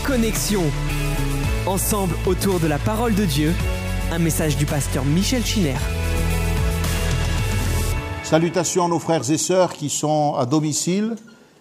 Connexion. Ensemble autour de la parole de Dieu, un message du pasteur Michel Schinner. Salutations à nos frères et sœurs qui sont à domicile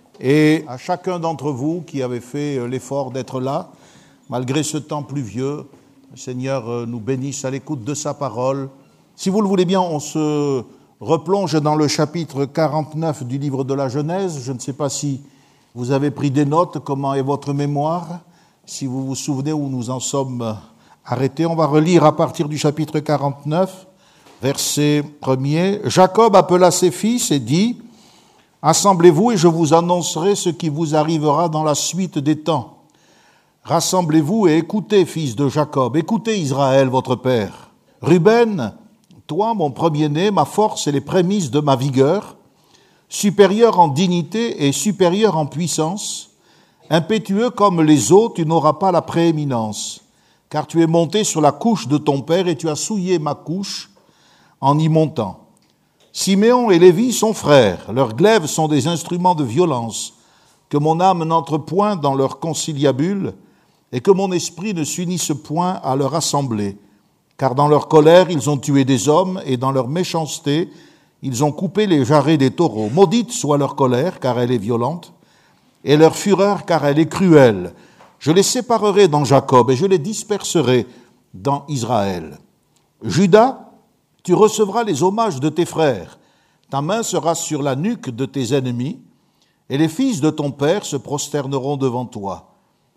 et à chacun d'entre vous qui avait fait l'effort d'être là, malgré ce temps pluvieux. Le Seigneur nous bénisse à l'écoute de sa parole. Si vous le voulez bien, on se replonge dans le chapitre 49 du livre de la Genèse. Je ne sais pas si vous avez pris des notes, comment est votre mémoire, si vous vous souvenez où nous en sommes arrêtés. On va relire à partir du chapitre 49, verset 1er. Jacob appela ses fils et dit : « Assemblez-vous et je vous annoncerai ce qui vous arrivera dans la suite des temps. Rassemblez-vous et écoutez, fils de Jacob, écoutez Israël, votre père. Ruben, toi, mon premier-né, ma force et les prémices de ma vigueur, supérieur en dignité et supérieur en puissance, impétueux comme les eaux, tu n'auras pas la prééminence, car tu es monté sur la couche de ton père et tu as souillé ma couche en y montant. Siméon et Lévi sont frères, leurs glaives sont des instruments de violence, que mon âme n'entre point dans leur conciliabule et que mon esprit ne s'unisse point à leur assemblée. Car dans leur colère, ils ont tué des hommes et dans leur méchanceté, ils ont coupé les jarrets des taureaux. Maudite soit leur colère, car elle est violente, et leur fureur, car elle est cruelle. Je les séparerai dans Jacob et je les disperserai dans Israël. Judas, tu recevras les hommages de tes frères. Ta main sera sur la nuque de tes ennemis, et les fils de ton père se prosterneront devant toi.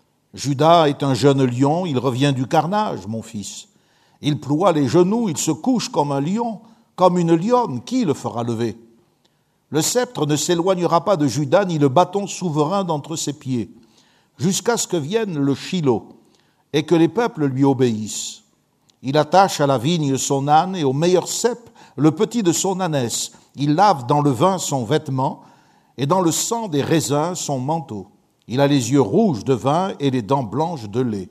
Judas est un jeune lion, il revient du carnage, mon fils. Il ploie les genoux, il se couche comme un lion, comme une lionne, qui le fera lever ? Le sceptre ne s'éloignera pas de Juda, ni le bâton souverain d'entre ses pieds, jusqu'à ce que vienne le Shilo, et que les peuples lui obéissent. Il attache à la vigne son âne, et au meilleur cep le petit de son ânesse. Il lave dans le vin son vêtement, et dans le sang des raisins son manteau. Il a les yeux rouges de vin et les dents blanches de lait.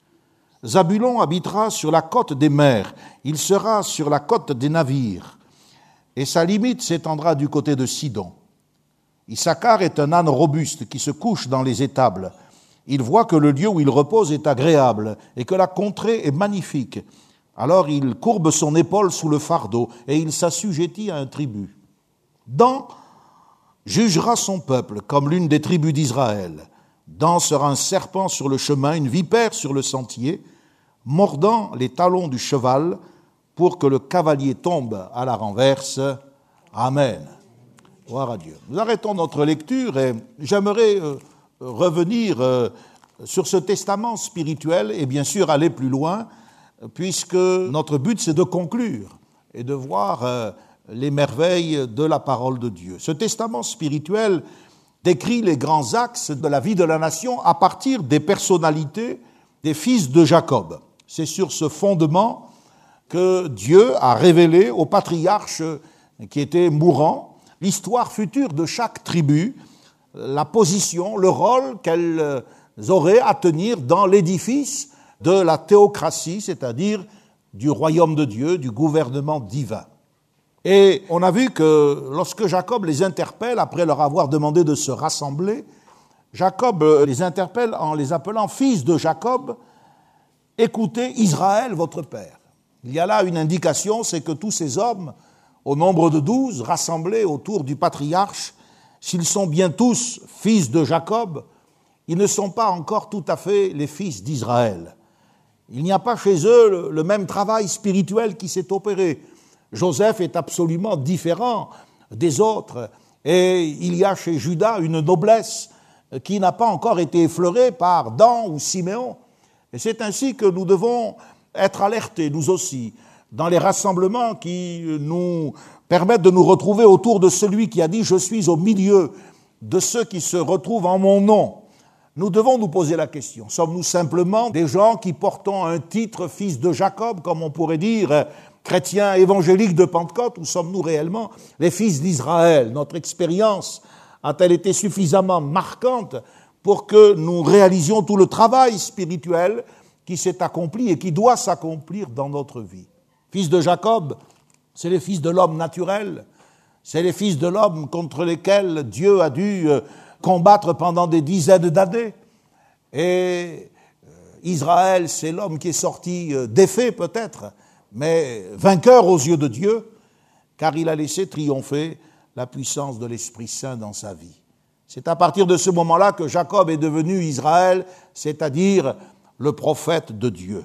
Zabulon habitera sur la côte des mers, il sera sur la côte des navires, et sa limite s'étendra du côté de Sidon. Issachar est un âne robuste qui se couche dans les étables. Il voit que le lieu où il repose est agréable et que la contrée est magnifique. Alors il courbe son épaule sous le fardeau et il s'assujettit à un tribut. Dan jugera son peuple comme l'une des tribus d'Israël. Dan sera un serpent sur le chemin, une vipère sur le sentier, mordant les talons du cheval pour que le cavalier tombe à la renverse. Amen. Gloire à Dieu. Nous arrêtons notre lecture et j'aimerais revenir sur ce testament spirituel et bien sûr aller plus loin, puisque notre but c'est de conclure et de voir les merveilles de la parole de Dieu. Ce testament spirituel décrit les grands axes de la vie de la nation à partir des personnalités des fils de Jacob. C'est sur ce fondement que Dieu a révélé aux patriarches qui étaient mourants l'histoire future de chaque tribu, la position, le rôle qu'elles auraient à tenir dans l'édifice de la théocratie, c'est-à-dire du royaume de Dieu, du gouvernement divin. Et on a vu que lorsque Jacob les interpelle, après leur avoir demandé de se rassembler, Jacob les interpelle en les appelant fils de Jacob, écoutez Israël, votre père. Il y a là une indication, c'est que tous ces hommes, au nombre de 12, rassemblés autour du patriarche, s'ils sont bien tous fils de Jacob, ils ne sont pas encore tout à fait les fils d'Israël. Il n'y a pas chez eux le même travail spirituel qui s'est opéré. Joseph est absolument différent des autres et il y a chez Judas une noblesse qui n'a pas encore été effleurée par Dan ou Siméon. Et c'est ainsi que nous devons être alertés, nous aussi, dans les rassemblements qui nous permettent de nous retrouver autour de celui qui a dit « Je suis au milieu de ceux qui se retrouvent en mon nom ». Nous devons nous poser la question, sommes-nous simplement des gens qui portons un titre fils de Jacob, comme on pourrait dire chrétiens évangéliques de Pentecôte, ou sommes-nous réellement les fils d'Israël ? Notre expérience a-t-elle été suffisamment marquante pour que nous réalisions tout le travail spirituel qui s'est accompli et qui doit s'accomplir dans notre vie ? Fils de Jacob, c'est les fils de l'homme naturel, c'est les fils de l'homme contre lesquels Dieu a dû combattre pendant des dizaines d'années. Et Israël, c'est l'homme qui est sorti défait peut-être, mais vainqueur aux yeux de Dieu, car il a laissé triompher la puissance de l'Esprit Saint dans sa vie. C'est à partir de ce moment-là que Jacob est devenu Israël, c'est-à-dire le prophète de Dieu.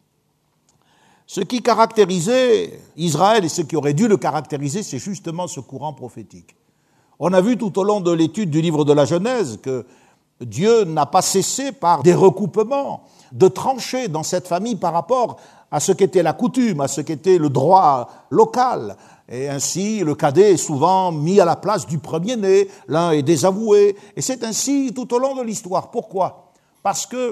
Ce qui caractérisait Israël et ce qui aurait dû le caractériser, c'est justement ce courant prophétique. On a vu tout au long de l'étude du livre de la Genèse que Dieu n'a pas cessé par des recoupements de trancher dans cette famille par rapport à ce qu'était la coutume, à ce qu'était le droit local. Et ainsi, le cadet est souvent mis à la place du premier-né, l'un est désavoué, et c'est ainsi tout au long de l'histoire. Pourquoi ? Parce que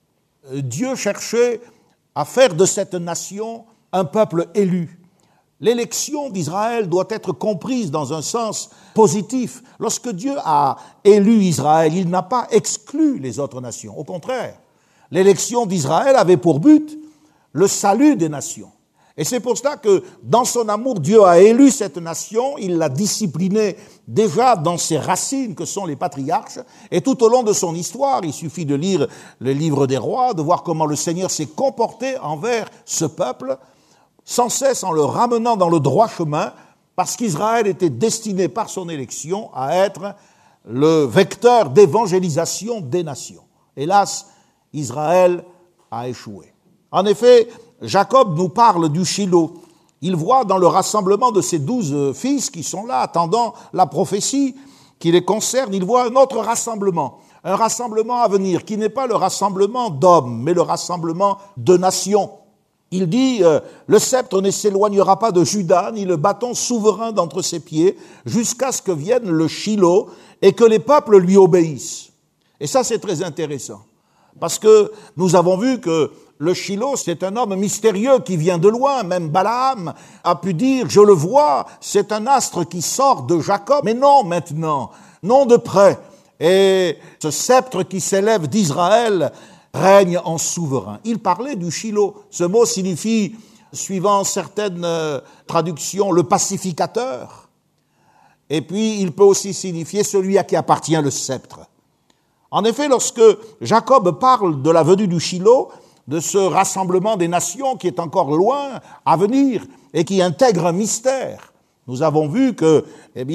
Dieu cherchait à faire de cette nation un peuple élu. L'élection d'Israël doit être comprise dans un sens positif. Lorsque Dieu a élu Israël, il n'a pas exclu les autres nations. Au contraire, l'élection d'Israël avait pour but le salut des nations. Et c'est pour cela que, dans son amour, Dieu a élu cette nation, il l'a disciplinée déjà dans ses racines que sont les patriarches, et tout au long de son histoire, il suffit de lire le livre des rois, de voir comment le Seigneur s'est comporté envers ce peuple, sans cesse en le ramenant dans le droit chemin, parce qu'Israël était destiné par son élection à être le vecteur d'évangélisation des nations. Hélas, Israël a échoué. En effet, Jacob nous parle du Shilo. Il voit dans le rassemblement de ses 12 fils qui sont là, attendant la prophétie qui les concerne, il voit un autre rassemblement, un rassemblement à venir, qui n'est pas le rassemblement d'hommes, mais le rassemblement de nations. Il dit, le sceptre ne s'éloignera pas de Juda, ni le bâton souverain d'entre ses pieds, jusqu'à ce que vienne le Shilo et que les peuples lui obéissent. Et ça, c'est très intéressant, parce que nous avons vu que le Shilo, c'est un homme mystérieux qui vient de loin. Même Balaam a pu dire, je le vois, c'est un astre qui sort de Jacob. Mais non maintenant, non de près. Et ce sceptre qui s'élève d'Israël règne en souverain. Il parlait du Shilo. Ce mot signifie, suivant certaines traductions, le pacificateur. Et puis, il peut aussi signifier celui à qui appartient le sceptre. En effet, lorsque Jacob parle de la venue du Shilo, de ce rassemblement des nations qui est encore loin à venir et qui intègre un mystère. Nous avons vu que,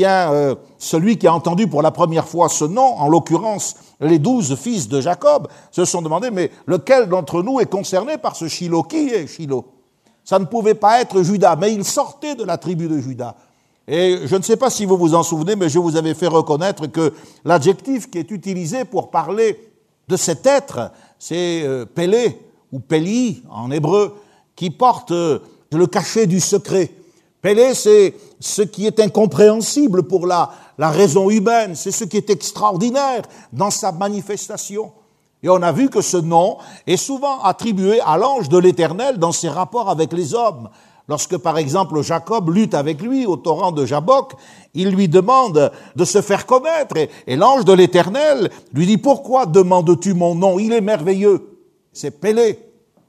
celui qui a entendu pour la première fois ce nom, en l'occurrence les 12 fils de Jacob, se sont demandé, mais lequel d'entre nous est concerné par ce Shilo ? Qui est Shilo ? Ça ne pouvait pas être Juda, mais il sortait de la tribu de Juda. Et je ne sais pas si vous vous en souvenez, mais je vous avais fait reconnaître que l'adjectif qui est utilisé pour parler de cet être, c'est Pélé, ou Péli en hébreu, qui porte le cachet du secret. Pélé, c'est ce qui est incompréhensible pour la raison humaine, c'est ce qui est extraordinaire dans sa manifestation. Et on a vu que ce nom est souvent attribué à l'ange de l'Éternel dans ses rapports avec les hommes. Lorsque, par exemple, Jacob lutte avec lui au torrent de Jabbok, il lui demande de se faire connaître. Et l'ange de l'Éternel lui dit, « Pourquoi demandes-tu mon nom ? Il est merveilleux. » C'est Pélé.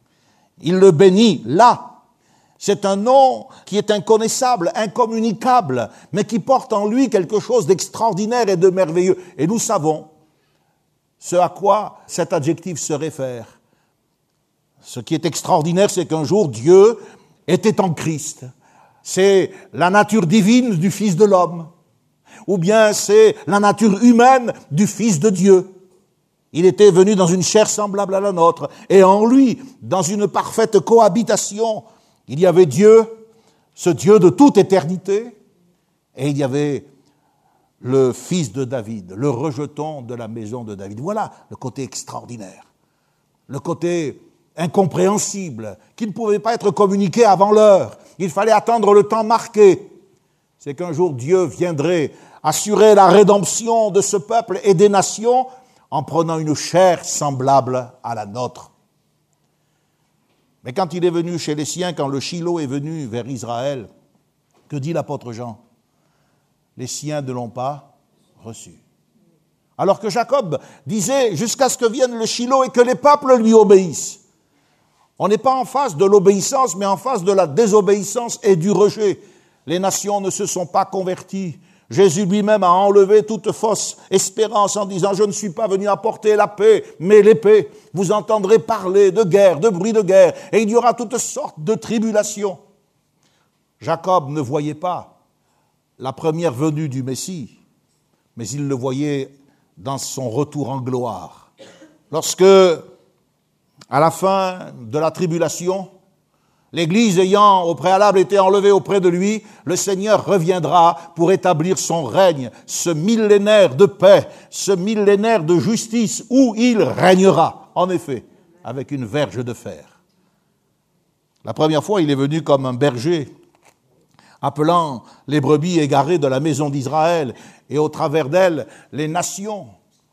Il le bénit là. C'est un nom qui est inconnaissable, incommunicable, mais qui porte en lui quelque chose d'extraordinaire et de merveilleux. Et nous savons ce à quoi cet adjectif se réfère. Ce qui est extraordinaire, c'est qu'un jour, Dieu était en Christ. C'est la nature divine du Fils de l'homme. Ou bien c'est la nature humaine du Fils de Dieu. Il était venu dans une chair semblable à la nôtre, et en lui, dans une parfaite cohabitation, il y avait Dieu, ce Dieu de toute éternité, et il y avait le fils de David, le rejeton de la maison de David. Voilà le côté extraordinaire, le côté incompréhensible, qui ne pouvait pas être communiqué avant l'heure. Il fallait attendre le temps marqué. C'est qu'un jour Dieu viendrait assurer la rédemption de ce peuple et des nations, en prenant une chair semblable à la nôtre. Mais quand il est venu chez les siens, quand le Shilo est venu vers Israël, que dit l'apôtre Jean ? Les siens ne l'ont pas reçu. Alors que Jacob disait, jusqu'à ce que vienne le Shilo et que les peuples lui obéissent. On n'est pas en face de l'obéissance, mais en face de la désobéissance et du rejet. Les nations ne se sont pas converties Jésus lui-même a enlevé toute fausse espérance en disant « Je ne suis pas venu apporter la paix, mais l'épée. Vous entendrez parler de guerre, de bruit de guerre, et il y aura toutes sortes de tribulations. » Jacob ne voyait pas la première venue du Messie, mais il le voyait dans son retour en gloire. Lorsque, à la fin de la tribulation, l'Église ayant au préalable été enlevée auprès de lui, le Seigneur reviendra pour établir son règne, ce millénaire de paix, ce millénaire de justice où il régnera, en effet, avec une verge de fer. La première fois, il est venu comme un berger, appelant les brebis égarées de la maison d'Israël et au travers d'elles les nations.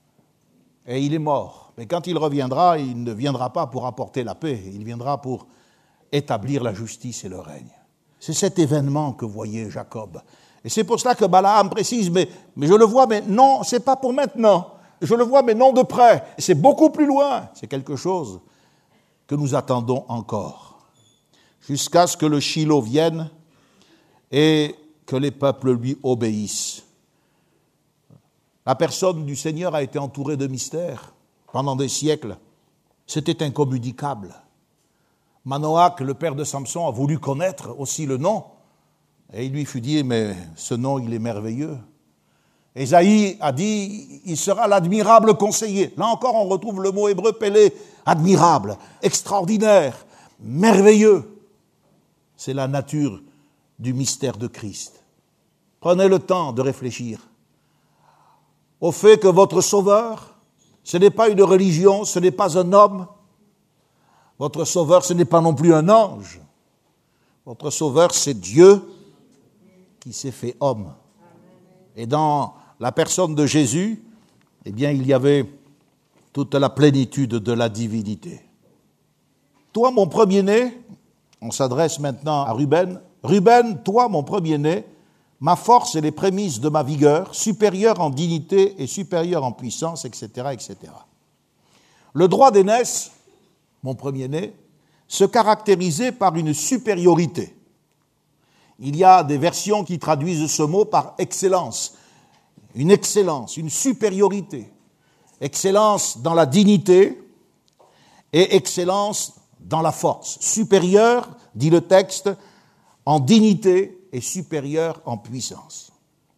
Et il est mort. Mais quand il reviendra, il ne viendra pas pour apporter la paix, il viendra pour établir la justice et le règne. C'est cet événement que voyait Jacob. Et c'est pour cela que Balaam précise, mais je le vois, mais non, c'est pas pour maintenant. Je le vois, mais non de près. C'est beaucoup plus loin. C'est quelque chose que nous attendons encore. Jusqu'à ce que le Shiloh vienne et que les peuples lui obéissent. La personne du Seigneur a été entourée de mystères pendant des siècles. C'était incommunicable. Manoach, le père de Samson, a voulu connaître aussi le nom. Et il lui fut dit, mais ce nom, il est merveilleux. Ésaïe a dit, il sera l'admirable conseiller. Là encore, on retrouve le mot hébreu pélé, admirable, extraordinaire, merveilleux. C'est la nature du mystère de Christ. Prenez le temps de réfléchir au fait que votre Sauveur, ce n'est pas une religion, ce n'est pas un homme. Votre Sauveur, ce n'est pas non plus un ange. Votre Sauveur, c'est Dieu qui s'est fait homme. Et dans la personne de Jésus, eh bien, il y avait toute la plénitude de la divinité. Toi, mon premier-né, on s'adresse maintenant à Ruben. Ruben, toi, mon premier-né, ma force et les prémices de ma vigueur, supérieure en dignité et supérieure en puissance, etc., etc. Le droit d'aînesse, mon premier-né, se caractérisait par une supériorité. Il y a des versions qui traduisent ce mot par excellence, une supériorité. Excellence dans la dignité et excellence dans la force. Supérieur, dit le texte, en dignité et supérieur en puissance.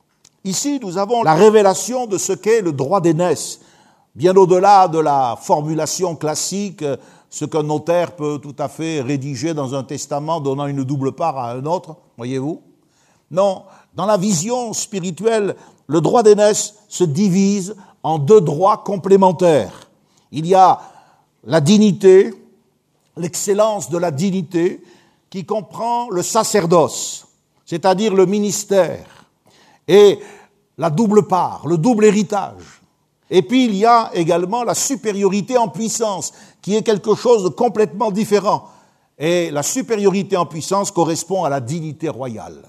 Ici, nous avons la révélation de ce qu'est le droit d'aînesse, bien au-delà de la formulation classique, ce qu'un notaire peut tout à fait rédiger dans un testament donnant une double part à un autre, voyez-vous. Non, dans la vision spirituelle, le droit d'aînesse se divise en deux droits complémentaires. Il y a la dignité, l'excellence de la dignité, qui comprend le sacerdoce, c'est-à-dire le ministère, et la double part, le double héritage. Et puis il y a également la supériorité en puissance, qui est quelque chose de complètement différent. Et la supériorité en puissance correspond à la dignité royale.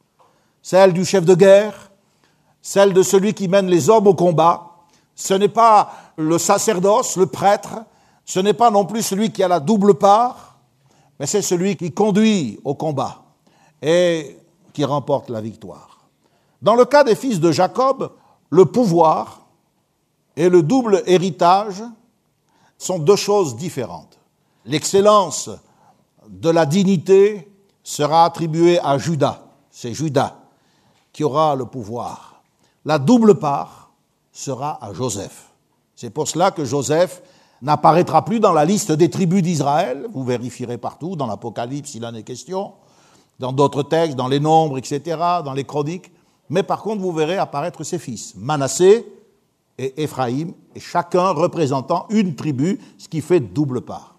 Celle du chef de guerre, celle de celui qui mène les hommes au combat. Ce n'est pas le sacerdoce, le prêtre, ce n'est pas non plus celui qui a la double part, mais c'est celui qui conduit au combat et qui remporte la victoire. Dans le cas des fils de Jacob, le pouvoir et le double héritage sont deux choses différentes. L'excellence de la dignité sera attribuée à Juda. C'est Juda qui aura le pouvoir. La double part sera à Joseph. C'est pour cela que Joseph n'apparaîtra plus dans la liste des tribus d'Israël. Vous vérifierez partout, dans l'Apocalypse, il en est question, dans d'autres textes, dans les Nombres, etc., dans les Chroniques. Mais par contre, vous verrez apparaître ses fils, Manassé et Éphraïm, et chacun représentant une tribu, ce qui fait double part.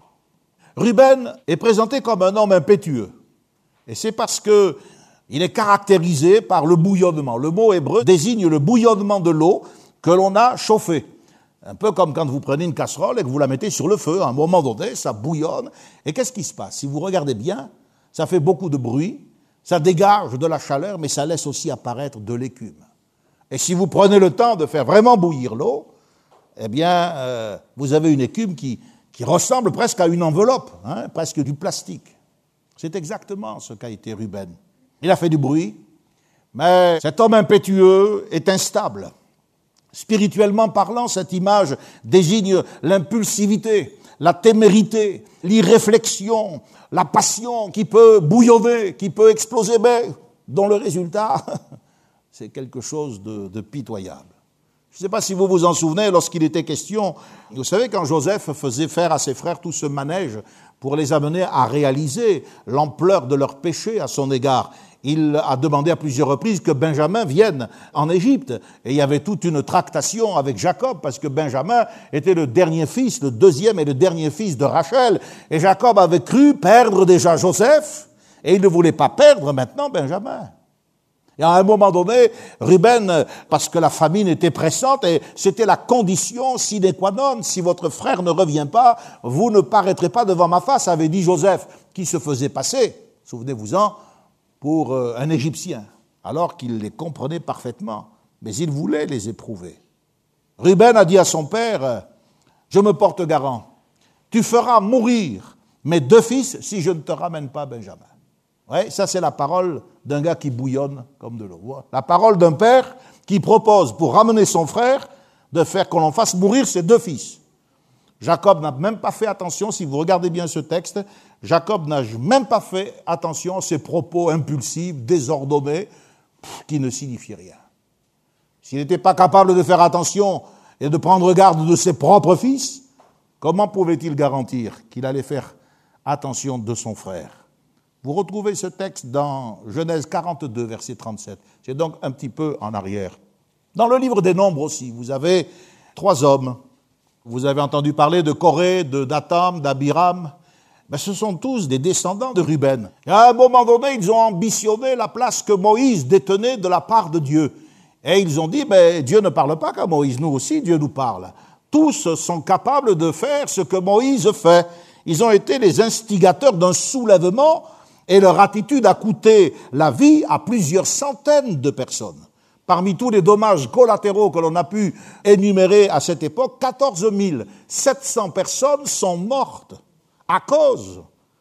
Ruben est présenté comme un homme impétueux. Et c'est parce qu'il est caractérisé par le bouillonnement. Le mot hébreu désigne le bouillonnement de l'eau que l'on a chauffée. Un peu comme quand vous prenez une casserole et que vous la mettez sur le feu. À un moment donné, ça bouillonne. Et qu'est-ce qui se passe? Si vous regardez bien, ça fait beaucoup de bruit, ça dégage de la chaleur, mais ça laisse aussi apparaître de l'écume. Et si vous prenez le temps de faire vraiment bouillir l'eau, eh bien, vous avez une écume qui ressemble presque à une enveloppe, presque du plastique. C'est exactement ce qu'a été Ruben. Il a fait du bruit, Mais cet homme impétueux est instable. Spirituellement parlant, cette image désigne l'impulsivité, la témérité, l'irréflexion, la passion qui peut bouillonner, qui peut exploser, mais dont le résultat, c'est quelque chose de pitoyable. Je ne sais pas si vous vous en souvenez, lorsqu'il était question, vous savez, quand Joseph faisait faire à ses frères tout ce manège pour les amener à réaliser l'ampleur de leur péché à son égard, il a demandé à plusieurs reprises que Benjamin vienne en Égypte. Et il y avait toute une tractation avec Jacob, parce que Benjamin était le dernier fils, le deuxième et le dernier fils de Rachel. Et Jacob avait cru perdre déjà Joseph, et il ne voulait pas perdre maintenant Benjamin. Et à un moment donné, Ruben, parce que la famine était pressante, et c'était la condition sine qua non, si votre frère ne revient pas, vous ne paraîtrez pas devant ma face, avait dit Joseph, qui se faisait passer, souvenez-vous-en, pour un Égyptien, alors qu'il les comprenait parfaitement, mais il voulait les éprouver. Ruben a dit à son père, je me porte garant, tu feras mourir mes 2 fils si je ne te ramène pas Benjamin. Oui, ça c'est la parole d'un gars qui bouillonne comme de l'eau. La parole d'un père qui propose pour ramener son frère de faire qu'on en fasse mourir ses 2 fils. Jacob n'a même pas fait attention, si vous regardez bien ce texte, Jacob n'a même pas fait attention à ses propos impulsifs, désordonnés, qui ne signifient rien. S'il n'était pas capable de faire attention et de prendre garde de ses propres fils, comment pouvait-il garantir qu'il allait faire attention de son frère? Vous retrouvez ce texte dans Genèse 42, verset 37. C'est donc un petit peu en arrière. Dans le livre des Nombres aussi, vous avez 3 hommes. Vous avez entendu parler de Coré, de Datham, d'Abiram. Ben, ce sont tous des descendants de Ruben. Et à un moment donné, ils ont ambitionné la place que Moïse détenait de la part de Dieu. Et ils ont dit, ben, Dieu ne parle pas qu'à Moïse, nous aussi, Dieu nous parle. Tous sont capables de faire ce que Moïse fait. Ils ont été les instigateurs d'un soulèvement et leur attitude a coûté la vie à plusieurs centaines de personnes. Parmi tous les dommages collatéraux que l'on a pu énumérer à cette époque, 14 700 personnes sont mortes à cause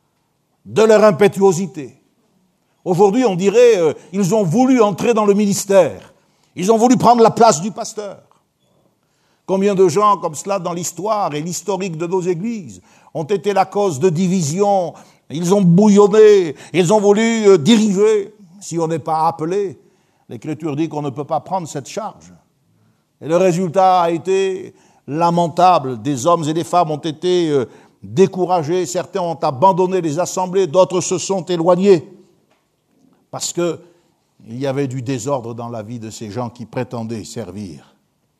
de leur impétuosité. Aujourd'hui, on dirait ils ont voulu entrer dans le ministère. Ils ont voulu prendre la place du pasteur. Combien de gens comme cela dans l'histoire et l'historique de nos églises ont été la cause de divisions. Ils ont bouillonné, ils ont voulu diriger. Si on n'est pas appelé, l'Écriture dit qu'on ne peut pas prendre cette charge. Et le résultat a été lamentable. Des hommes et des femmes ont été découragés. Certains ont abandonné les assemblées, d'autres se sont éloignés. Parce qu'il y avait du désordre dans la vie de ces gens qui prétendaient servir.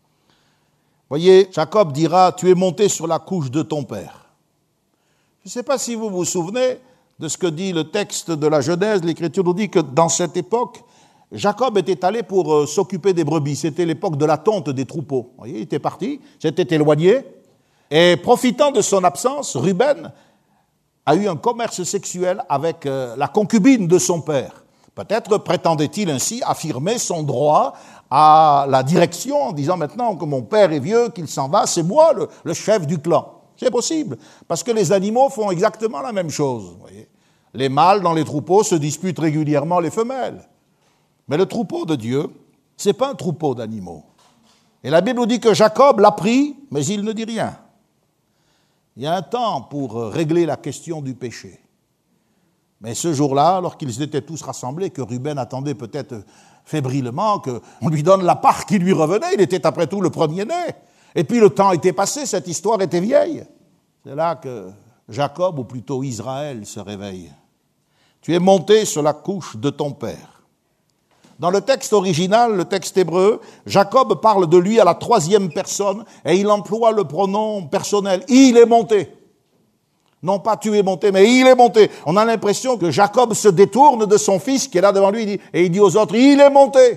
Voyez, Jacob dira, tu es monté sur la couche de ton père. Je ne sais pas si vous vous souvenez de ce que dit le texte de la Genèse. L'Écriture nous dit que dans cette époque, Jacob était allé pour s'occuper des brebis. C'était l'époque de la tonte des troupeaux. Vous voyez, il était parti, s'était éloigné. Et profitant de son absence, Ruben a eu un commerce sexuel avec la concubine de son père. Peut-être prétendait-il ainsi affirmer son droit à la direction en disant maintenant que mon père est vieux, qu'il s'en va, c'est moi le chef du clan. C'est possible, parce que les animaux font exactement la même chose. Vous voyez. Les mâles dans les troupeaux se disputent régulièrement les femelles. Mais le troupeau de Dieu, ce n'est pas un troupeau d'animaux. Et la Bible nous dit que Jacob l'a pris, mais il ne dit rien. Il y a un temps pour régler la question du péché. Mais ce jour-là, lorsqu'ils étaient tous rassemblés, que Ruben attendait peut-être fébrilement qu'on lui donne la part qui lui revenait, il était après tout le premier-né. Et puis le temps était passé, cette histoire était vieille. C'est là que Jacob, ou plutôt Israël, se réveille. Tu es monté sur la couche de ton père. Dans le texte original, le texte hébreu, Jacob parle de lui à la 3e personne et il emploie le pronom personnel. Il est monté. Non pas tu es monté, mais il est monté. On a l'impression que Jacob se détourne de son fils qui est là devant lui et il dit aux autres, il est monté.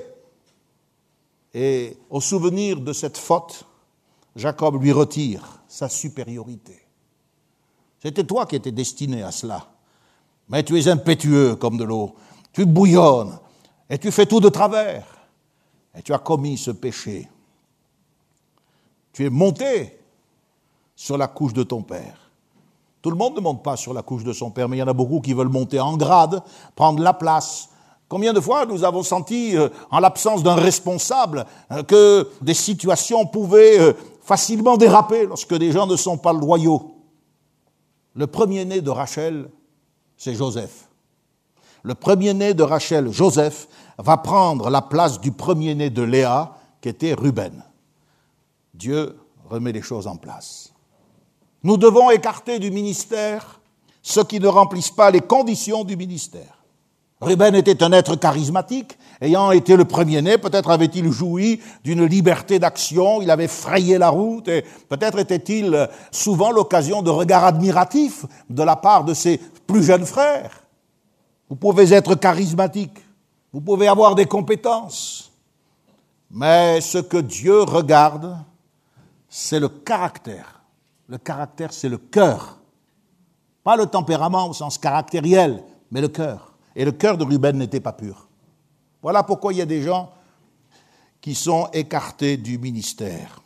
Et au souvenir de cette faute, Jacob lui retire sa supériorité. C'était toi qui étais destiné à cela. Mais tu es impétueux comme de l'eau. Tu bouillonnes et tu fais tout de travers. Et tu as commis ce péché. Tu es monté sur la couche de ton père. Tout le monde ne monte pas sur la couche de son père, mais il y en a beaucoup qui veulent monter en grade, prendre la place, Combien de fois nous avons senti, en l'absence d'un responsable, que des situations pouvaient facilement déraper lorsque des gens ne sont pas loyaux. Le premier-né de Rachel, c'est Joseph. Le premier-né de Rachel, Joseph, va prendre la place du premier-né de Léa, qui était Ruben. Dieu remet les choses en place. Nous devons écarter du ministère ceux qui ne remplissent pas les conditions du ministère. Ruben était un être charismatique, ayant été le premier-né, peut-être avait-il joui d'une liberté d'action, il avait frayé la route, et peut-être était-il souvent l'occasion de regards admiratifs de la part de ses plus jeunes frères. Vous pouvez être charismatique, vous pouvez avoir des compétences, mais ce que Dieu regarde, c'est le caractère. Le caractère, c'est le cœur. Pas le tempérament au sens caractériel, mais le cœur. Et le cœur de Ruben n'était pas pur. Voilà pourquoi il y a des gens qui sont écartés du ministère.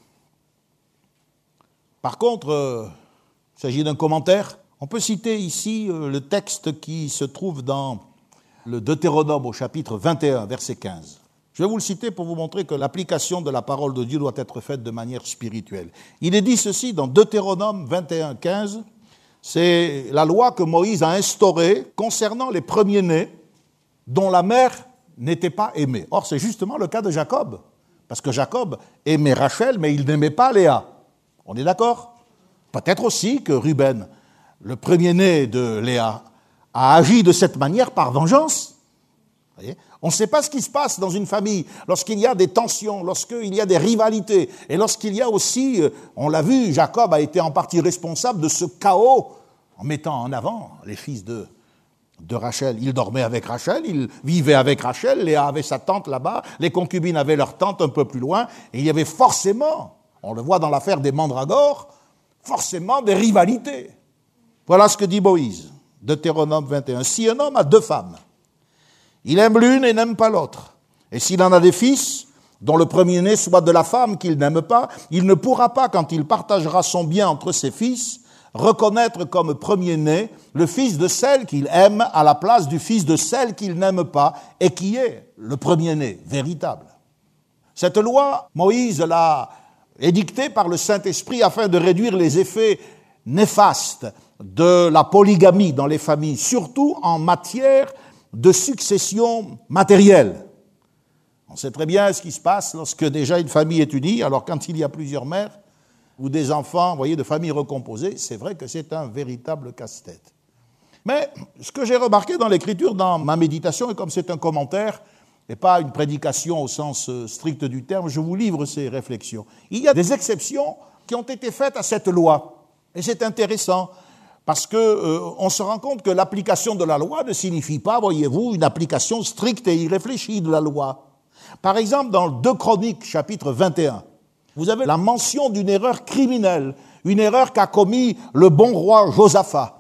Par contre, il s'agit d'un commentaire. On peut citer ici le texte qui se trouve dans le Deutéronome au chapitre 21, verset 15. Je vais vous le citer pour vous montrer que l'application de la parole de Dieu doit être faite de manière spirituelle. Il est dit ceci dans Deutéronome 21, 15. C'est la loi que Moïse a instaurée concernant les premiers-nés dont la mère n'était pas aimée. Or, c'est justement le cas de Jacob, parce que Jacob aimait Rachel, mais il n'aimait pas Léa. On est d'accord ? Peut-être aussi que Ruben, le premier-né de Léa, a agi de cette manière par vengeance. Vous voyez ? On ne sait pas ce qui se passe dans une famille lorsqu'il y a des tensions, lorsqu'il y a des rivalités, et lorsqu'il y a aussi, on l'a vu, Jacob a été en partie responsable de ce chaos en mettant en avant les fils de Rachel. Il dormait avec Rachel, il vivait avec Rachel, Léa avait sa tante là-bas, les concubines avaient leur tante un peu plus loin, et il y avait forcément, on le voit dans l'affaire des mandragores, forcément des rivalités. Voilà ce que dit Moïse, Deutéronome 21. Si un homme a 2 femmes, il aime l'une et n'aime pas l'autre. Et s'il en a des fils, dont le premier-né soit de la femme qu'il n'aime pas, il ne pourra pas, quand il partagera son bien entre ses fils, reconnaître comme premier-né le fils de celle qu'il aime à la place du fils de celle qu'il n'aime pas et qui est le premier-né véritable. Cette loi, Moïse l'a édictée par le Saint-Esprit afin de réduire les effets néfastes de la polygamie dans les familles, surtout en matière de succession matérielle. On sait très bien ce qui se passe lorsque déjà une famille est unie, alors quand il y a plusieurs mères ou des enfants, vous voyez, de familles recomposées, c'est vrai que c'est un véritable casse-tête. Mais ce que j'ai remarqué dans l'Écriture, dans ma méditation, et comme c'est un commentaire et pas une prédication au sens strict du terme, je vous livre ces réflexions. Il y a des exceptions qui ont été faites à cette loi, et c'est intéressant. Parce qu'on se rend compte que l'application de la loi ne signifie pas, voyez-vous, une application stricte et irréfléchie de la loi. Par exemple, dans 2 Chroniques, chapitre 21, vous avez la mention d'une erreur criminelle, une erreur qu'a commis le bon roi Josaphat.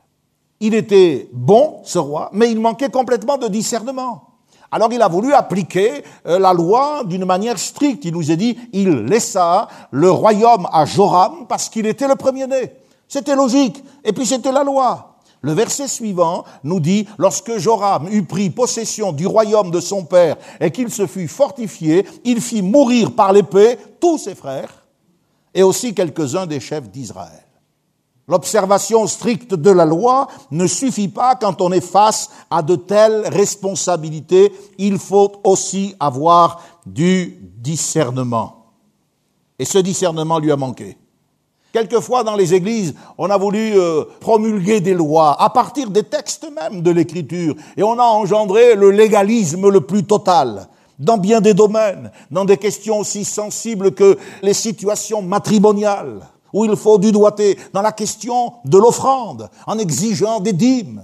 Il était bon, ce roi, mais il manquait complètement de discernement. Alors il a voulu appliquer la loi d'une manière stricte. Il nous est dit, il laissa le royaume à Joram parce qu'il était le premier-né. C'était logique, et puis c'était la loi. Le verset suivant nous dit, lorsque Joram eut pris possession du royaume de son père et qu'il se fut fortifié, il fit mourir par l'épée tous ses frères et aussi quelques-uns des chefs d'Israël. L'observation stricte de la loi ne suffit pas quand on est face à de telles responsabilités. Il faut aussi avoir du discernement. Et ce discernement lui a manqué. Quelquefois, dans les églises, on a voulu promulguer des lois à partir des textes même de l'Écriture, et on a engendré le légalisme le plus total dans bien des domaines, dans des questions aussi sensibles que les situations matrimoniales, où il faut du doigté, dans la question de l'offrande, en exigeant des dîmes.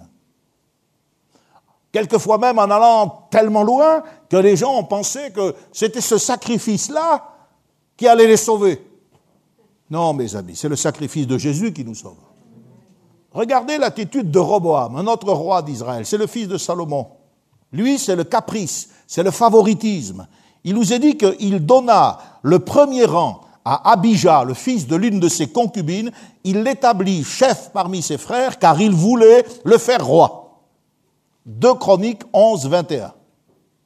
Quelquefois même en allant tellement loin que les gens ont pensé que c'était ce sacrifice-là qui allait les sauver. Non, mes amis, c'est le sacrifice de Jésus qui nous sauve. Regardez l'attitude de Roboam, un autre roi d'Israël. C'est le fils de Salomon. Lui, c'est le caprice, c'est le favoritisme. Il nous est dit qu'il donna le premier rang à Abijah, le fils de l'une de ses concubines. Il l'établit chef parmi ses frères, car il voulait le faire roi. 2 Chroniques 11, 21.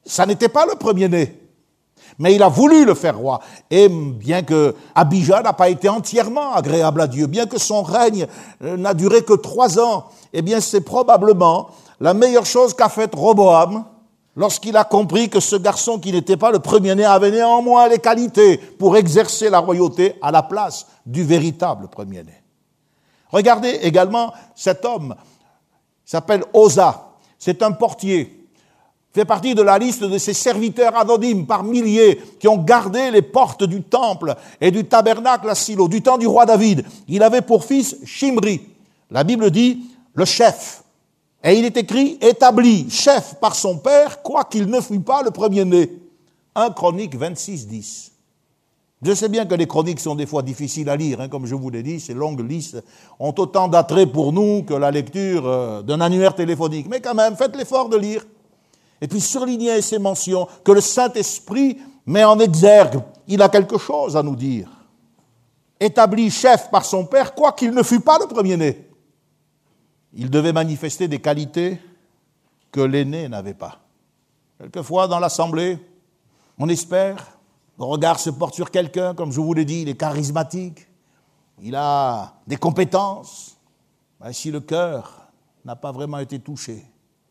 Ça n'était pas le premier-né. Mais il a voulu le faire roi. Et bien que Abijah n'a pas été entièrement agréable à Dieu, bien que son règne n'a duré que 3 ans, eh bien c'est probablement la meilleure chose qu'a faite Roboam lorsqu'il a compris que ce garçon qui n'était pas le premier-né avait néanmoins les qualités pour exercer la royauté à la place du véritable premier-né. Regardez également cet homme, il s'appelle Osa, c'est un portier. Fait partie de la liste de ces serviteurs anonymes par milliers qui ont gardé les portes du temple et du tabernacle à Silo, du temps du roi David. Il avait pour fils Shimri. La Bible dit le chef. Et il est écrit établi, chef par son père, quoiqu'il ne fût pas le premier-né. 1 Chroniques 26, 10. Je sais bien que les chroniques sont des fois difficiles à lire, comme je vous l'ai dit, ces longues listes ont autant d'attrait pour nous que la lecture d'un annuaire téléphonique. Mais quand même, faites l'effort de lire. Et puis surligner ces mentions que le Saint-Esprit met en exergue. Il a quelque chose à nous dire. Établi chef par son père, quoiqu'il ne fût pas le premier-né. Il devait manifester des qualités que l'aîné n'avait pas. Quelquefois, dans l'assemblée, on espère, le regard se porte sur quelqu'un, comme je vous l'ai dit, il est charismatique, il a des compétences. Mais si le cœur n'a pas vraiment été touché,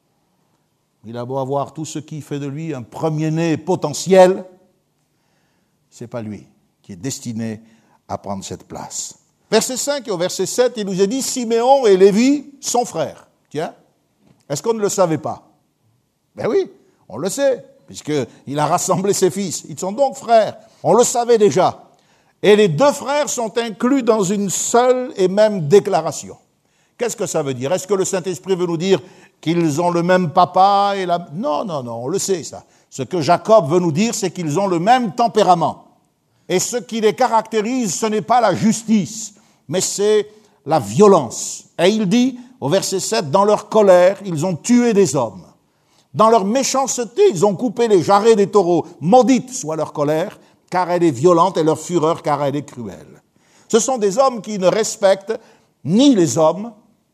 il a beau avoir tout ce qui fait de lui un premier-né potentiel, ce n'est pas lui qui est destiné à prendre cette place. Verset 5 et au verset 7, il nous est dit, Siméon et Lévi sont frères. Tiens, est-ce qu'on ne le savait pas? Ben oui, on le sait, puisqu'il a rassemblé ses fils. Ils sont donc frères. On le savait déjà. Et les 2 frères sont inclus dans une seule et même déclaration. Qu'est-ce que ça veut dire? Est-ce que le Saint-Esprit veut nous dire qu'ils ont le même papa et la... Non, on le sait ça. Ce que Jacob veut nous dire, c'est qu'ils ont le même tempérament. Et ce qui les caractérise, ce n'est pas la justice, mais c'est la violence. Et il dit, au verset 7, dans leur colère, ils ont tué des hommes. Dans leur méchanceté, ils ont coupé les jarrets des taureaux. Maudite soit leur colère, car elle est violente, et leur fureur, car elle est cruelle. Ce sont des hommes qui ne respectent ni les hommes,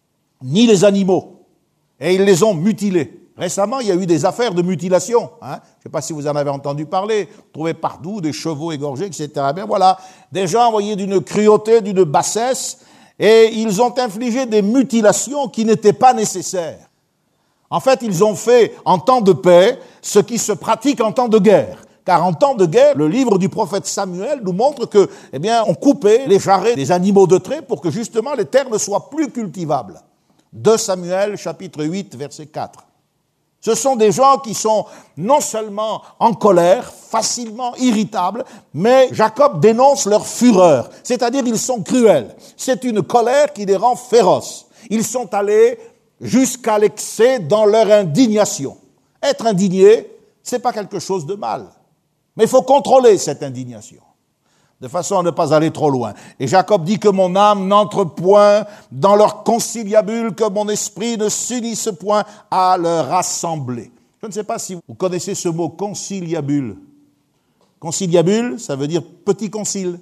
ni les animaux. Et ils les ont mutilés. Récemment, il y a eu des affaires de mutilation. Je ne sais pas si vous en avez entendu parler. Trouvés partout, des chevaux égorgés, etc. Bien voilà, des gens envoyés d'une cruauté, d'une bassesse, et ils ont infligé des mutilations qui n'étaient pas nécessaires. En fait, ils ont fait en temps de paix ce qui se pratique en temps de guerre. Car en temps de guerre, le livre du prophète Samuel nous montre que, on coupait les jarrets des animaux de trait pour que justement les terres ne soient plus cultivables. 2 Samuel, chapitre 8, verset 4. Ce sont des gens qui sont non seulement en colère, facilement irritables, mais Jacob dénonce leur fureur, c'est-à-dire ils sont cruels. C'est une colère qui les rend féroces. Ils sont allés jusqu'à l'excès dans leur indignation. Être indigné, ce n'est pas quelque chose de mal, mais il faut contrôler cette indignation, de façon à ne pas aller trop loin. Et Jacob dit que mon âme n'entre point dans leur conciliabule, que mon esprit ne s'unisse point à leur assemblée. Je ne sais pas si vous connaissez ce mot conciliabule. Conciliabule, ça veut dire petit concile.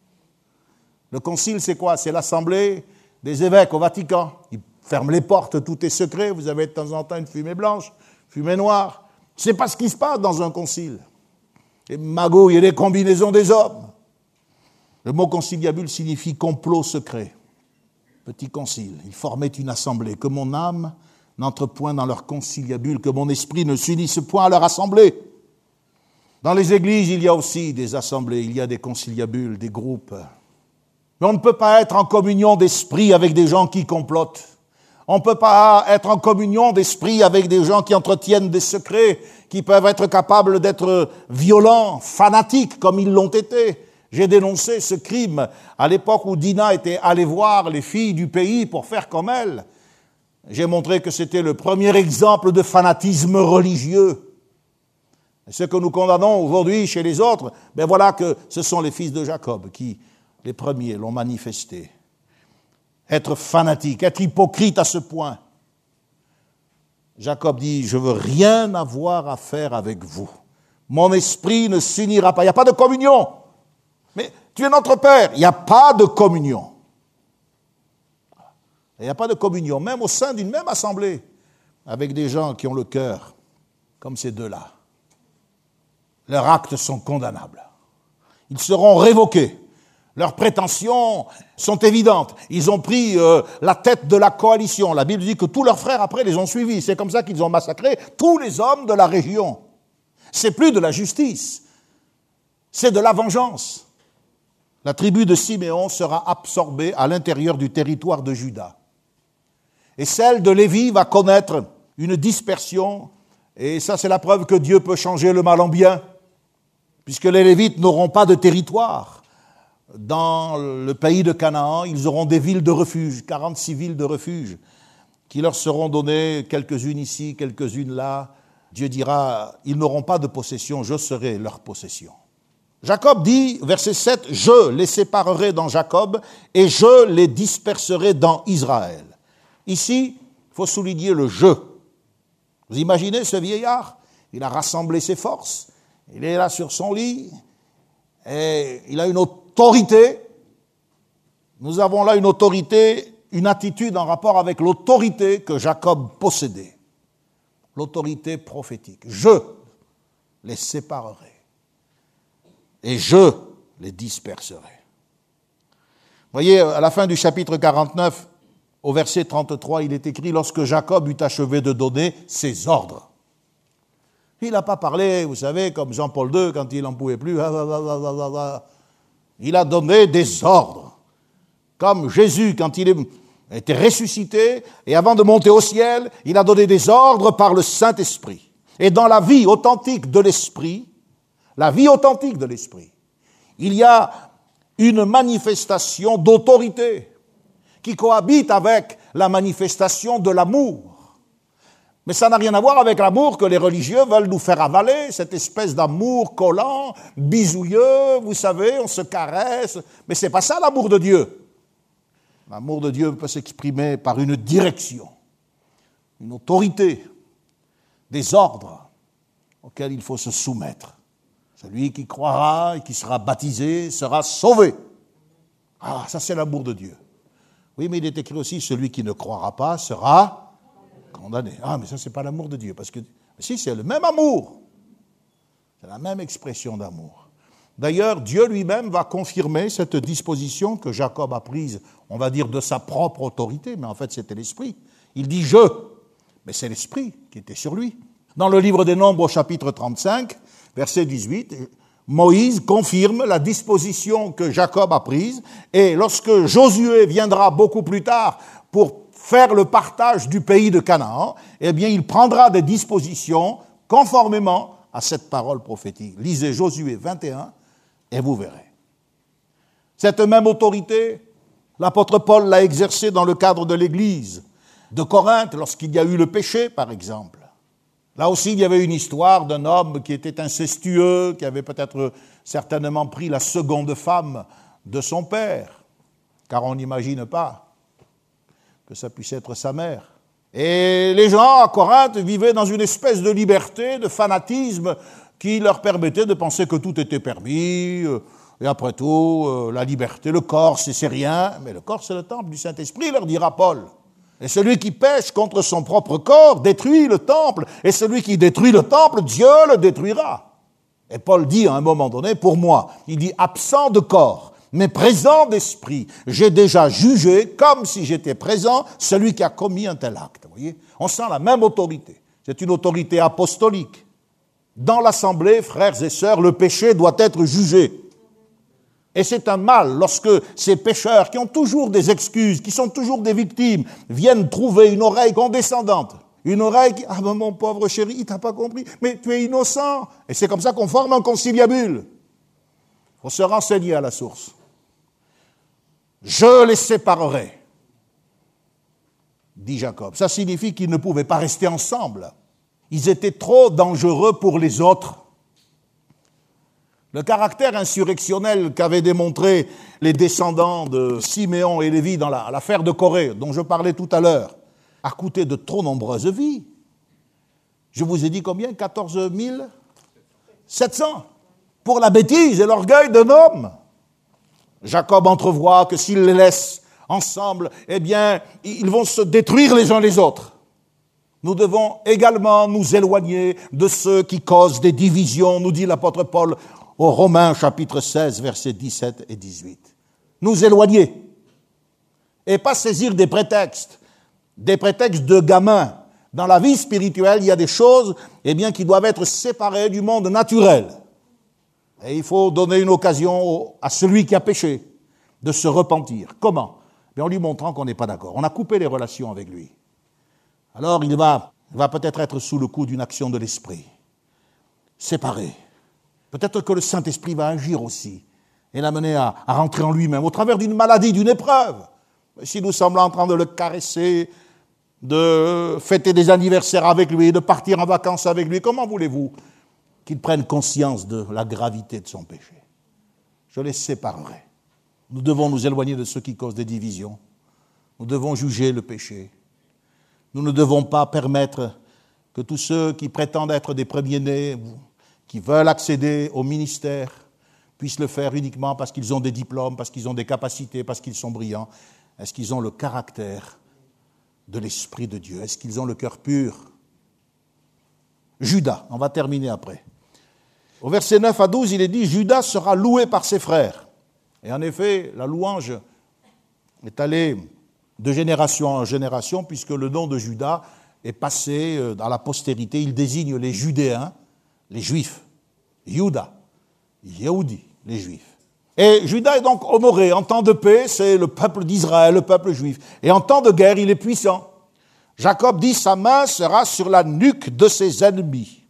Le concile, c'est quoi? C'est l'assemblée des évêques au Vatican. Ils ferment les portes, tout est secret, vous avez de temps en temps une fumée blanche, fumée noire. C'est pas ce qui se passe dans un concile. Les magouilles et les combinaisons des hommes. Le mot conciliabule signifie complot secret. Petit concile, ils formaient une assemblée. Que mon âme n'entre point dans leur conciliabule, que mon esprit ne s'unisse point à leur assemblée. Dans les églises, il y a aussi des assemblées, il y a des conciliabules, des groupes. Mais on ne peut pas être en communion d'esprit avec des gens qui complotent. On ne peut pas être en communion d'esprit avec des gens qui entretiennent des secrets, qui peuvent être capables d'être violents, fanatiques, comme ils l'ont été. J'ai dénoncé ce crime à l'époque où Dina était allée voir les filles du pays pour faire comme elle. J'ai montré que c'était le premier exemple de fanatisme religieux. Et ce que nous condamnons aujourd'hui chez les autres, voilà que ce sont les fils de Jacob qui, les premiers, l'ont manifesté. Être fanatique, être hypocrite à ce point. Jacob dit, je veux rien avoir à faire avec vous. Mon esprit ne s'unira pas. Il n'y a pas de communion. Mais tu es notre Père, il n'y a pas de communion. Il n'y a pas de communion, même au sein d'une même assemblée, avec des gens qui ont le cœur comme ces deux-là. leurs actes sont condamnables. Ils seront révoqués. Leurs prétentions sont évidentes. Ils ont pris la tête de la coalition. La Bible dit que tous leurs frères, après, les ont suivis. C'est comme ça qu'ils ont massacré tous les hommes de la région. C'est plus de la justice, c'est de la vengeance. La tribu de Siméon sera absorbée à l'intérieur du territoire de Juda. Et celle de Lévi va connaître une dispersion. Et ça, c'est la preuve que Dieu peut changer le mal en bien, puisque les Lévites n'auront pas de territoire. Dans le pays de Canaan, ils auront des villes de refuge, 46 villes de refuge, qui leur seront données, quelques-unes ici, quelques-unes là. Dieu dira, ils n'auront pas de possession, je serai leur possession. Jacob dit, verset 7, « Je les séparerai dans Jacob et je les disperserai dans Israël. » Ici, il faut souligner le « je ». Vous imaginez ce vieillard? Il a rassemblé ses forces, il est là sur son lit, et il a une autorité. Nous avons là une autorité, une attitude en rapport avec l'autorité que Jacob possédait. L'autorité prophétique. Je les séparerai et je les disperserai. Vous voyez, à la fin du chapitre 49, au verset 33, il est écrit « Lorsque Jacob eut achevé de donner ses ordres ». Il n'a pas parlé, vous savez, comme Jean-Paul II, quand il n'en pouvait plus. Il a donné des ordres. Comme Jésus, quand il était ressuscité, et avant de monter au ciel, il a donné des ordres par le Saint-Esprit. Et dans la vie authentique de l'Esprit, il y a une manifestation d'autorité qui cohabite avec la manifestation de l'amour. Mais ça n'a rien à voir avec l'amour que les religieux veulent nous faire avaler, cette espèce d'amour collant, bisouilleux, vous savez, on se caresse. Mais ce n'est pas ça l'amour de Dieu. L'amour de Dieu peut s'exprimer par une direction, une autorité, des ordres auxquels il faut se soumettre. Celui qui croira et qui sera baptisé sera sauvé. Ah, ça c'est l'amour de Dieu. Oui, mais il est écrit aussi, celui qui ne croira pas sera condamné. Ah, mais ça, c'est pas l'amour de Dieu. Parce que, si, c'est le même amour. C'est la même expression d'amour. D'ailleurs, Dieu lui-même va confirmer cette disposition que Jacob a prise, on va dire, de sa propre autorité, mais en fait, c'était l'Esprit. Il dit « je », mais c'est l'Esprit qui était sur lui. Dans le livre des Nombres, au chapitre 35, verset 18, Moïse confirme la disposition que Jacob a prise, et lorsque Josué viendra beaucoup plus tard pour faire le partage du pays de Canaan, eh bien, il prendra des dispositions conformément à cette parole prophétique. Lisez Josué 21 et vous verrez. Cette même autorité, l'apôtre Paul l'a exercée dans le cadre de l'Église de Corinthe, lorsqu'il y a eu le péché, par exemple. Là aussi, il y avait une histoire d'un homme qui était incestueux, qui avait peut-être certainement pris la seconde femme de son père, car on n'imagine pas que ça puisse être sa mère. Et les gens à Corinthe vivaient dans une espèce de liberté, de fanatisme, qui leur permettait de penser que tout était permis, et après tout, la liberté, le corps, c'est rien, mais le corps, c'est le temple du Saint-Esprit, leur dira Paul. Et celui qui pêche contre son propre corps détruit le temple, et celui qui détruit le temple, Dieu le détruira. Et Paul dit à un moment donné, pour moi, il dit absent de corps, mais présent d'esprit, j'ai déjà jugé, comme si j'étais présent, celui qui a commis un tel acte. Vous voyez, on sent la même autorité. C'est une autorité apostolique. Dans l'assemblée, frères et sœurs, le péché doit être jugé. Et c'est un mal lorsque ces pécheurs, qui ont toujours des excuses, qui sont toujours des victimes, viennent trouver une oreille condescendante. Une oreille qui, ah ben mon pauvre chéri, il t'a pas compris, mais tu es innocent. Et c'est comme ça qu'on forme un conciliabule. Il faut se renseigner à la source. Je les séparerai, dit Jacob. Ça signifie qu'ils ne pouvaient pas rester ensemble. Ils étaient trop dangereux pour les autres. Le caractère insurrectionnel qu'avaient démontré les descendants de Siméon et Lévi dans l'affaire de Corée, dont je parlais tout à l'heure, a coûté de trop nombreuses vies. Je vous ai dit combien? 14 700 pour la bêtise et l'orgueil d'un homme. Jacob entrevoit que s'il les laisse ensemble, eh bien, ils vont se détruire les uns les autres. Nous devons également nous éloigner de ceux qui causent des divisions, nous dit l'apôtre Paul aux Romains chapitre 16, versets 17 et 18. Nous éloigner et pas saisir des prétextes de gamins. Dans la vie spirituelle, il y a des choses qui doivent être séparées du monde naturel. Et il faut donner une occasion à celui qui a péché de se repentir. Comment ? En lui montrant qu'on n'est pas d'accord. On a coupé les relations avec lui. Alors il va peut-être être sous le coup d'une action de l'esprit, séparé. Peut-être que le Saint-Esprit va agir aussi et l'amener à rentrer en lui-même au travers d'une maladie, d'une épreuve. Si nous sommes là en train de le caresser, de fêter des anniversaires avec lui, de partir en vacances avec lui, comment voulez-vous qu'il prenne conscience de la gravité de son péché ? Je les séparerai. Nous devons nous éloigner de ceux qui causent des divisions. Nous devons juger le péché. Nous ne devons pas permettre que tous ceux qui prétendent être des premiers-nés, qui veulent accéder au ministère, puissent le faire uniquement parce qu'ils ont des diplômes, parce qu'ils ont des capacités, parce qu'ils sont brillants. Est-ce qu'ils ont le caractère de l'Esprit de Dieu? Est-ce qu'ils ont le cœur pur? Judas, on va terminer après. Au verset 9 à 12, il est dit « Judas sera loué par ses frères ». Et en effet, la louange est allée de génération en génération, puisque le nom de Judas est passé dans la postérité. Il désigne les Judéens, les Juifs. Judas, Yehudi, les Juifs. Et Judas est donc honoré. En temps de paix, c'est le peuple d'Israël, le peuple juif. Et en temps de guerre, il est puissant. Jacob dit, sa main sera sur la nuque de ses ennemis.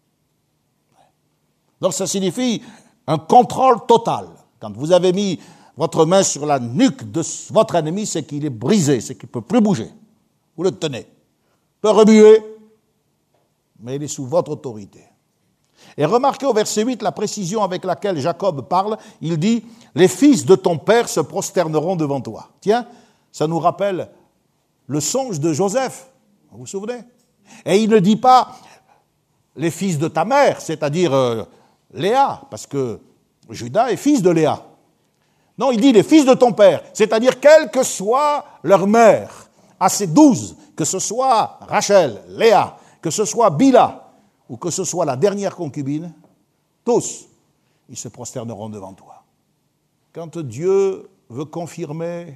Donc ça signifie un contrôle total. Quand vous avez mis votre main sur la nuque de votre ennemi, c'est qu'il est brisé, c'est qu'il ne peut plus bouger. Vous le tenez. Il peut remuer, mais il est sous votre autorité. Et remarquez au verset 8 la précision avec laquelle Jacob parle. Il dit « Les fils de ton père se prosterneront devant toi ». Tiens, ça nous rappelle le songe de Joseph. Vous vous souvenez ? Et il ne dit pas « Les fils de ta mère », c'est-à-dire Léa, parce que Judas est fils de Léa. Non, il dit les fils de ton père, c'est-à-dire quelle que soit leur mère, à ces 12, que ce soit Rachel, Léa, que ce soit Bila, ou que ce soit la dernière concubine, tous, ils se prosterneront devant toi. Quand Dieu veut confirmer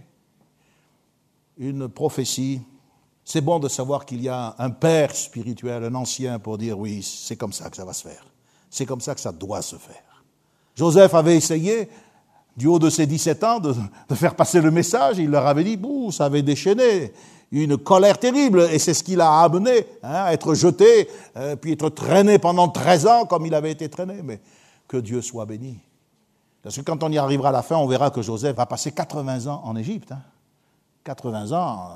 une prophétie, c'est bon de savoir qu'il y a un père spirituel, un ancien, pour dire oui, c'est comme ça que ça va se faire. C'est comme ça que ça doit se faire. Joseph avait essayé, du haut de ses 17 ans, de faire passer le message. Il leur avait dit, ça avait déchaîné une colère terrible. Et c'est ce qui l'a amené à être jeté, puis être traîné pendant 13 ans comme il avait été traîné. Mais que Dieu soit béni. Parce que quand on y arrivera à la fin, on verra que Joseph va passer 80 ans en Égypte. 80 ans,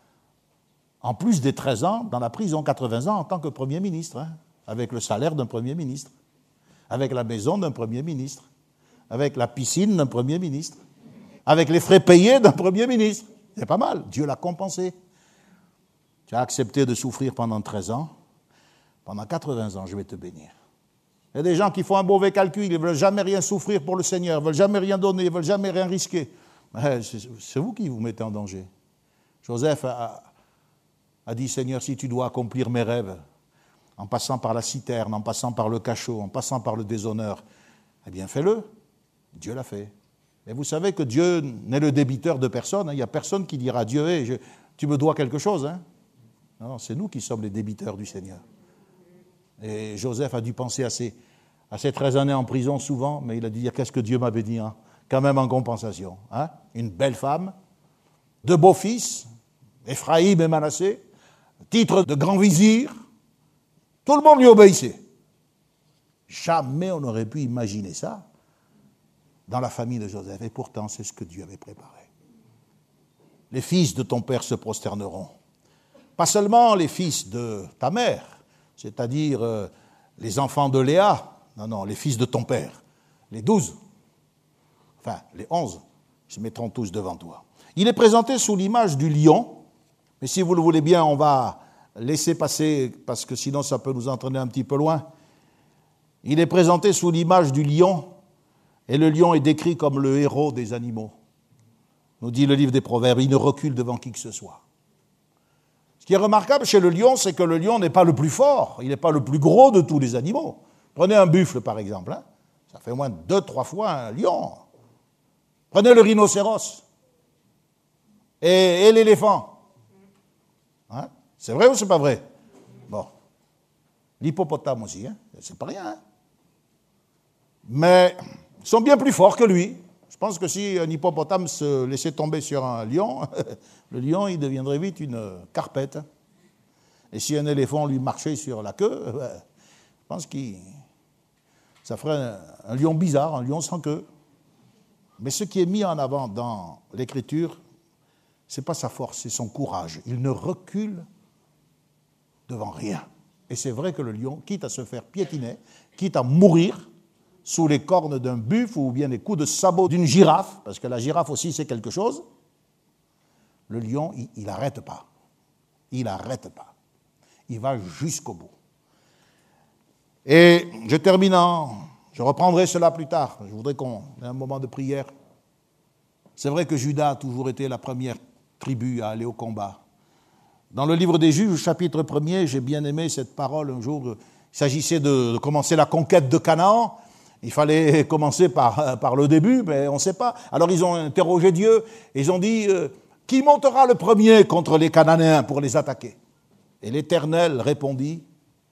en plus des 13 ans, dans la prison, 80 ans en tant que Premier ministre, avec le salaire d'un Premier ministre, avec la maison d'un Premier ministre, avec la piscine d'un Premier ministre, avec les frais payés d'un Premier ministre. C'est pas mal, Dieu l'a compensé. Tu as accepté de souffrir pendant 13 ans, pendant 80 ans, je vais te bénir. Il y a des gens qui font un mauvais calcul, ils ne veulent jamais rien souffrir pour le Seigneur, ils ne veulent jamais rien donner, ils ne veulent jamais rien risquer. C'est vous qui vous mettez en danger. Joseph a dit, Seigneur, si tu dois accomplir mes rêves, en passant par la citerne, en passant par le cachot, en passant par le déshonneur, eh bien fais-le. Dieu l'a fait. Et vous savez que Dieu n'est le débiteur de personne. Il n'y a personne qui dira à Dieu, hey, tu me dois quelque chose. Non, c'est nous qui sommes les débiteurs du Seigneur. Et Joseph a dû penser à ces 13 années en prison souvent, mais il a dit, qu'est-ce que Dieu m'a béni, quand même en compensation. Une belle femme, 2 beaux-fils, Ephraïm et Manassé, titre de grand vizir, tout le monde lui obéissait. Jamais on n'aurait pu imaginer ça dans la famille de Joseph. Et pourtant, c'est ce que Dieu avait préparé. Les fils de ton père se prosterneront. Pas seulement les fils de ta mère, c'est-à-dire les enfants de Léa. Non, les fils de ton père. Les 12. Enfin, les 11 se mettront tous devant toi. Il est présenté sous l'image du lion. Mais si vous le voulez bien, on va laisser passer, parce que sinon ça peut nous entraîner un petit peu loin. Il est présenté sous l'image du lion, et le lion est décrit comme le héros des animaux. Nous dit le livre des Proverbes, il ne recule devant qui que ce soit. Ce qui est remarquable chez le lion, c'est que le lion n'est pas le plus fort, il n'est pas le plus gros de tous les animaux. Prenez un buffle, par exemple, hein. Ça fait au moins 2-3 fois un lion. Prenez le rhinocéros et l'éléphant. Hein? C'est vrai ou c'est pas vrai? Bon. L'hippopotame aussi, hein? C'est pas rien. Hein? Mais ils sont bien plus forts que lui. Je pense que si un hippopotame se laissait tomber sur un lion, le lion, il deviendrait vite une carpette. Et si un éléphant lui marchait sur la queue, je pense que ça ferait un lion bizarre, un lion sans queue. Mais ce qui est mis en avant dans l'Écriture, ce n'est pas sa force, c'est son courage. Il ne recule devant rien. Et c'est vrai que le lion, quitte à se faire piétiner, quitte à mourir sous les cornes d'un buffle ou bien les coups de sabot d'une girafe, parce que la girafe aussi c'est quelque chose, le lion, il n'arrête pas. Il n'arrête pas. Il va jusqu'au bout. Et je reprendrai cela plus tard. Je voudrais qu'on ait un moment de prière. C'est vrai que Judas a toujours été la première tribu à aller au combat. Dans le livre des Juges, chapitre 1er, j'ai bien aimé cette parole un jour. Il s'agissait de commencer la conquête de Canaan. Il fallait commencer par le début, mais on ne sait pas. Alors ils ont interrogé Dieu, et ils ont dit, qui montera le premier contre les Cananéens pour les attaquer? Et l'Éternel répondit,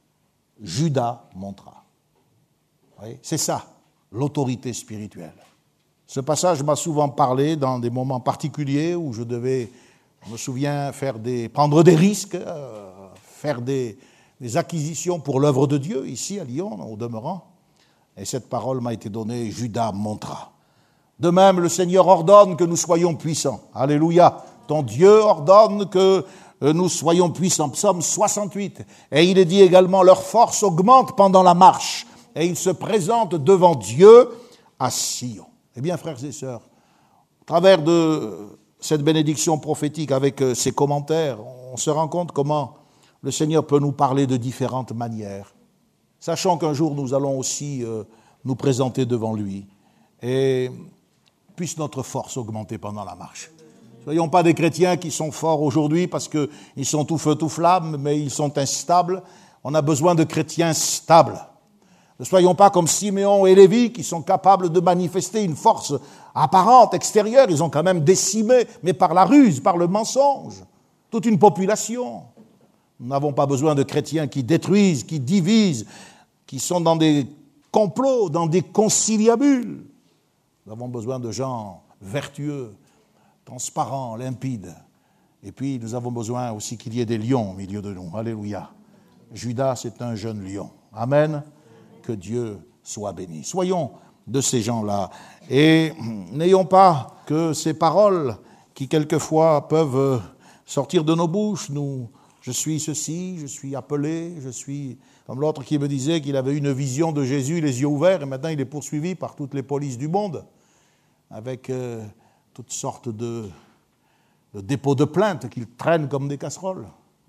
Judas montera. Oui, c'est ça, l'autorité spirituelle. Ce passage m'a souvent parlé dans des moments particuliers où je me souviens, prendre des risques, faire des acquisitions pour l'œuvre de Dieu, ici à Lyon, au demeurant. Et cette parole m'a été donnée, Judas montera. De même, le Seigneur ordonne que nous soyons puissants. Alléluia. Ton Dieu ordonne que nous soyons puissants. Psaume 68. Et il est dit également, leur force augmente pendant la marche. Et ils se présentent devant Dieu à Sion. Eh bien, frères et sœurs, au travers de cette bénédiction prophétique avec ses commentaires, on se rend compte comment le Seigneur peut nous parler de différentes manières. Sachant qu'un jour nous allons aussi nous présenter devant lui. Et puisse notre force augmenter pendant la marche. Ne soyons pas des chrétiens qui sont forts aujourd'hui parce qu'ils sont tout feu, tout flamme, mais ils sont instables. On a besoin de chrétiens stables. Ne soyons pas comme Siméon et Lévi qui sont capables de manifester une force apparente, extérieure. Ils ont quand même décimé, mais par la ruse, par le mensonge, toute une population. Nous n'avons pas besoin de chrétiens qui détruisent, qui divisent, qui sont dans des complots, dans des conciliabules. Nous avons besoin de gens vertueux, transparents, limpides. Et puis, nous avons besoin aussi qu'il y ait des lions au milieu de nous. Alléluia. Judas, c'est un jeune lion. Amen. Que Dieu soit béni. Soyons de ces gens-là. Et n'ayons pas que ces paroles qui, quelquefois, peuvent sortir de nos bouches, je suis ceci, je suis appelé, je suis... Comme l'autre qui me disait qu'il avait une vision de Jésus, les yeux ouverts, et maintenant il est poursuivi par toutes les polices du monde, avec toutes sortes de dépôts de plaintes qu'il traîne comme des casseroles.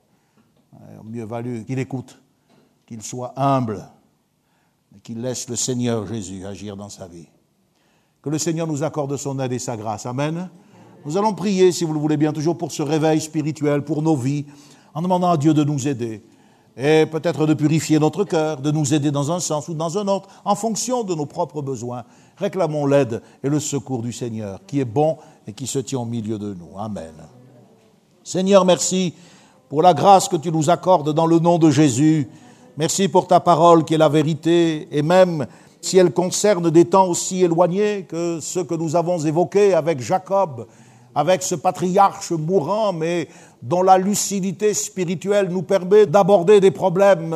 Il aurait mieux valu qu'il écoute, qu'il soit humble, et qu'il laisse le Seigneur Jésus agir dans sa vie. Que le Seigneur nous accorde son aide et sa grâce. Amen. Nous allons prier, si vous le voulez bien, toujours pour ce réveil spirituel, pour nos vies, en demandant à Dieu de nous aider. Et peut-être de purifier notre cœur, de nous aider dans un sens ou dans un autre, en fonction de nos propres besoins. Réclamons l'aide et le secours du Seigneur, qui est bon et qui se tient au milieu de nous. Amen. Seigneur, merci pour la grâce que tu nous accordes dans le nom de Jésus. Merci pour ta parole qui est la vérité, et même si elle concerne des temps aussi éloignés que ceux que nous avons évoqués avec Jacob, avec ce patriarche mourant, mais dont la lucidité spirituelle nous permet d'aborder des problèmes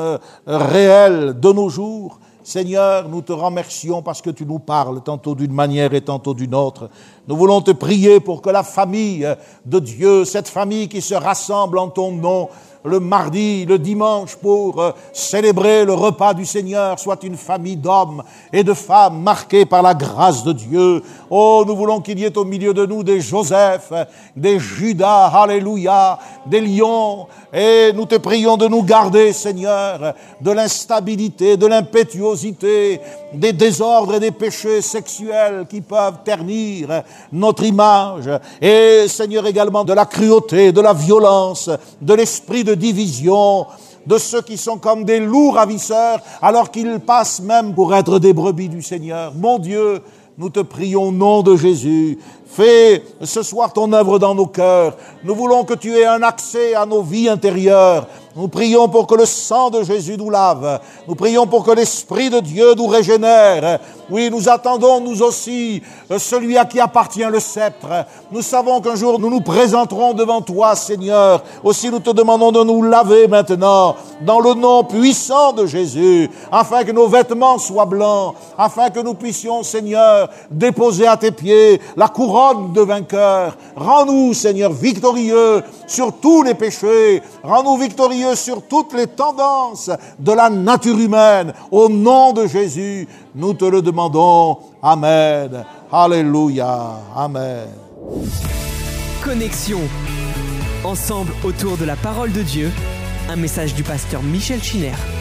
réels de nos jours. Seigneur, nous te remercions parce que tu nous parles tantôt d'une manière et tantôt d'une autre. Nous voulons te prier pour que la famille de Dieu, cette famille qui se rassemble en ton nom, le mardi, le dimanche pour célébrer le repas du Seigneur soient une famille d'hommes et de femmes marqués par la grâce de Dieu. Oh, nous voulons qu'il y ait au milieu de nous des Joseph, des Judas, alléluia, des lions. Et nous te prions de nous garder, Seigneur, de l'instabilité, de l'impétuosité, des désordres et des péchés sexuels qui peuvent ternir notre image. Et, Seigneur, également de la cruauté, de la violence, de l'esprit de division, de ceux qui sont comme des loups ravisseurs, alors qu'ils passent même pour être des brebis du Seigneur. Mon Dieu, nous te prions au nom de Jésus. Fais ce soir ton œuvre dans nos cœurs. Nous voulons que tu aies un accès à nos vies intérieures. Nous prions pour que le sang de Jésus nous lave. Nous prions pour que l'Esprit de Dieu nous régénère. Oui, nous attendons, nous aussi, celui à qui appartient le sceptre. Nous savons qu'un jour, nous nous présenterons devant toi, Seigneur. Aussi, nous te demandons de nous laver maintenant, dans le nom puissant de Jésus, afin que nos vêtements soient blancs, afin que nous puissions, Seigneur, déposer à tes pieds la couronne de vainqueur. Rends-nous, Seigneur, victorieux sur tous les péchés. Rends-nous victorieux sur toutes les tendances de la nature humaine. Au nom de Jésus, nous te le demandons. Amen. Alléluia. Amen. Connexion. Ensemble autour de la parole de Dieu. Un message du pasteur Michel Schinner.